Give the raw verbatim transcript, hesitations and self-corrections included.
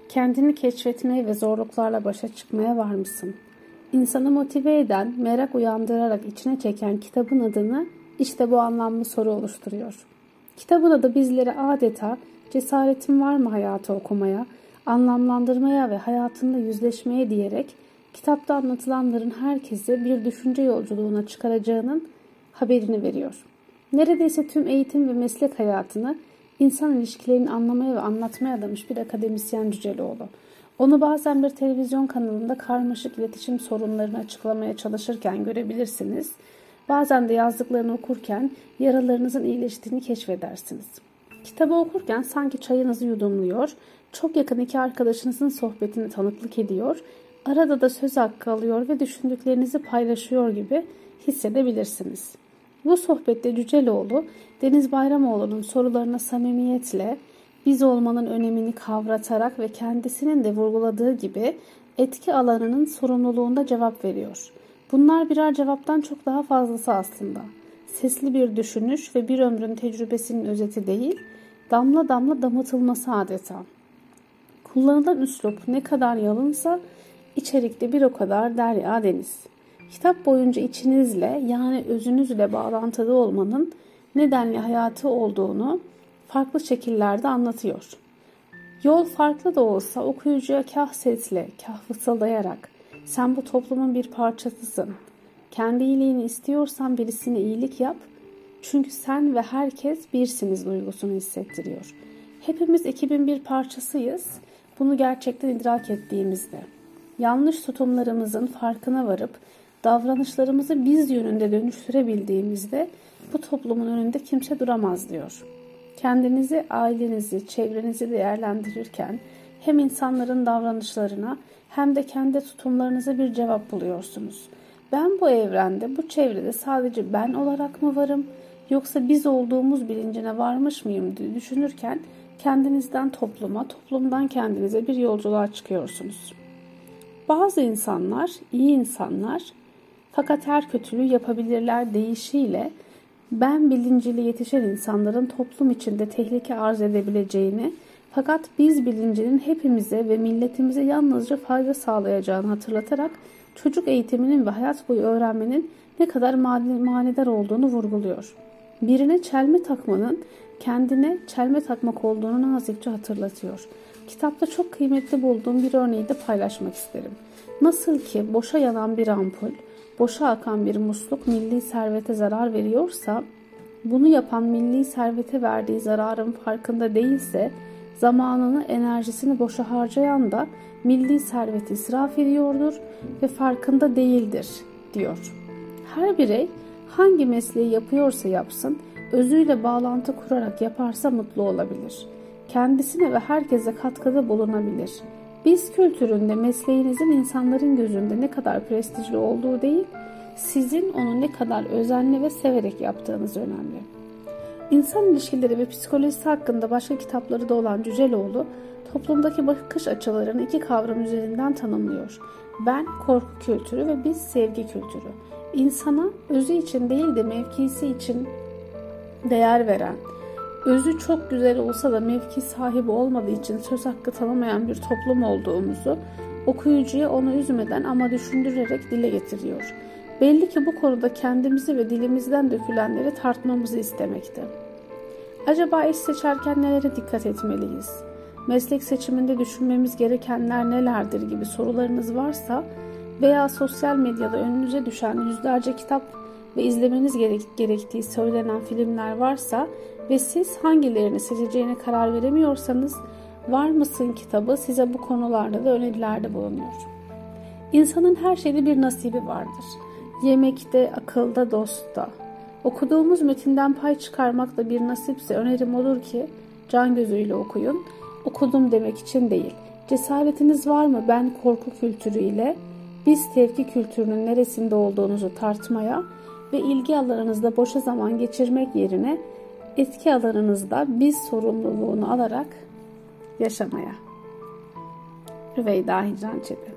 Kendini keşfetmeye ve zorluklarla başa çıkmaya var mısın? İnsanı motive eden, merak uyandırarak içine çeken kitabın adını işte bu anlamlı soru oluşturuyor. Kitabın adı bizlere adeta cesaretin var mı hayatı okumaya, anlamlandırmaya ve hayatında yüzleşmeye diyerek kitapta anlatılanların herkesi bir düşünce yolculuğuna çıkaracağının haberini veriyor. Neredeyse tüm eğitim ve meslek hayatını insan ilişkilerini anlamaya ve anlatmaya adamış bir akademisyen Cüceloğlu. Onu bazen bir televizyon kanalında karmaşık iletişim sorunlarını açıklamaya çalışırken görebilirsiniz. Bazen de yazdıklarını okurken yaralarınızın iyileştiğini keşfedersiniz. Kitabı okurken sanki çayınızı yudumluyor, çok yakın iki arkadaşınızın sohbetini tanıklık ediyor, arada da söz hakkı alıyor ve düşündüklerinizi paylaşıyor gibi hissedebilirsiniz. Bu sohbette Cüceloğlu, Deniz Bayramoğlu'nun sorularına samimiyetle, biz olmanın önemini kavratarak ve kendisinin de vurguladığı gibi etki alanının sorumluluğunda cevap veriyor. Bunlar birer cevaptan çok daha fazlası aslında. Sesli bir düşünüş ve bir ömrün tecrübesinin özeti değil, damla damla damıtılması adeta. Kullanılan üslup ne kadar yalınsa içerikte bir o kadar derya deniz. Kitap boyunca içinizle yani özünüzle bağlantılı olmanın nedenli hayatı olduğunu farklı şekillerde anlatıyor. Yol farklı da olsa okuyucuya kah sesle, kah fısıldayarak sen bu toplumun bir parçasısın. Kendi iyiliğini istiyorsan birisine iyilik yap. Çünkü sen ve herkes birsiniz duygusunu hissettiriyor. Hepimiz ekibin bir parçasıyız. Bunu gerçekten idrak ettiğimizde. Yanlış tutumlarımızın farkına varıp davranışlarımızı biz yönünde dönüştürebildiğimizde bu toplumun önünde kimse duramaz diyor. Kendinizi, ailenizi, çevrenizi değerlendirirken hem insanların davranışlarına hem de kendi tutumlarınıza bir cevap buluyorsunuz. Ben bu evrende, bu çevrede sadece ben olarak mı varım yoksa biz olduğumuz bilincine varmış mıyım diye düşünürken kendinizden topluma, toplumdan kendinize bir yolculuğa çıkıyorsunuz. Bazı insanlar, iyi insanlar fakat her kötülüğü yapabilirler deyişiyle ben bilinciyle yetişen insanların toplum içinde tehlike arz edebileceğini fakat biz bilincinin hepimize ve milletimize yalnızca fayda sağlayacağını hatırlatarak çocuk eğitiminin ve hayat boyu öğrenmenin ne kadar manidar olduğunu vurguluyor. Birine çelme takmanın kendine çelme takmak olduğunu nazikçe hatırlatıyor. Kitapta çok kıymetli bulduğum bir örneği de paylaşmak isterim. Nasıl ki boşa yanan bir ampul, boşa akan bir musluk milli servete zarar veriyorsa, bunu yapan milli servete verdiği zararın farkında değilse, zamanını, enerjisini boşa harcayan da milli serveti israf ediyordur ve farkında değildir, diyor. Her birey hangi mesleği yapıyorsa yapsın, özüyle bağlantı kurarak yaparsa mutlu olabilir. Kendisine ve herkese katkıda bulunabilir. Biz kültüründe mesleğinizin insanların gözünde ne kadar prestijli olduğu değil, sizin onu ne kadar özenli ve severek yaptığınız önemli. İnsan ilişkileri ve psikolojisi hakkında başka kitapları da olan Cüceloğlu, toplumdaki bakış açılarını iki kavram üzerinden tanımlıyor. Ben korku kültürü ve biz sevgi kültürü. İnsana özü için değil de mevkisi için değer veren, özü çok güzel olsa da mevki sahibi olmadığı için söz hakkı tanımayan bir toplum olduğumuzu okuyucuya onu üzmeden ama düşündürerek dile getiriyor. Belli ki bu konuda kendimizi ve dilimizden dökülenleri tartmamızı istemekte. Acaba iş seçerken nelere dikkat etmeliyiz? Meslek seçiminde düşünmemiz gerekenler nelerdir gibi sorularınız varsa veya sosyal medyada önünüze düşen yüzlerce kitap ve izlemeniz gerek gerektiği söylenen filmler varsa ve siz hangilerini seçeceğine karar veremiyorsanız Var mısın kitabı size bu konularda da önerilerde bulunuyor. İnsanın her şeyde bir nasibi vardır. Yemekte, akılda, dostta. Okuduğumuz metinden pay çıkarmak da bir nasipse önerim olur ki can gözüyle okuyun. Okudum demek için değil. Cesaretiniz var mı ben korku kültürüyle biz sevgi kültürünün neresinde olduğunuzu tartmaya ve ilgi alanınızda boşa zaman geçirmek yerine etki alanınızda biz sorumluluğunu alarak yaşamaya. Rüveyda Hicran Çebi.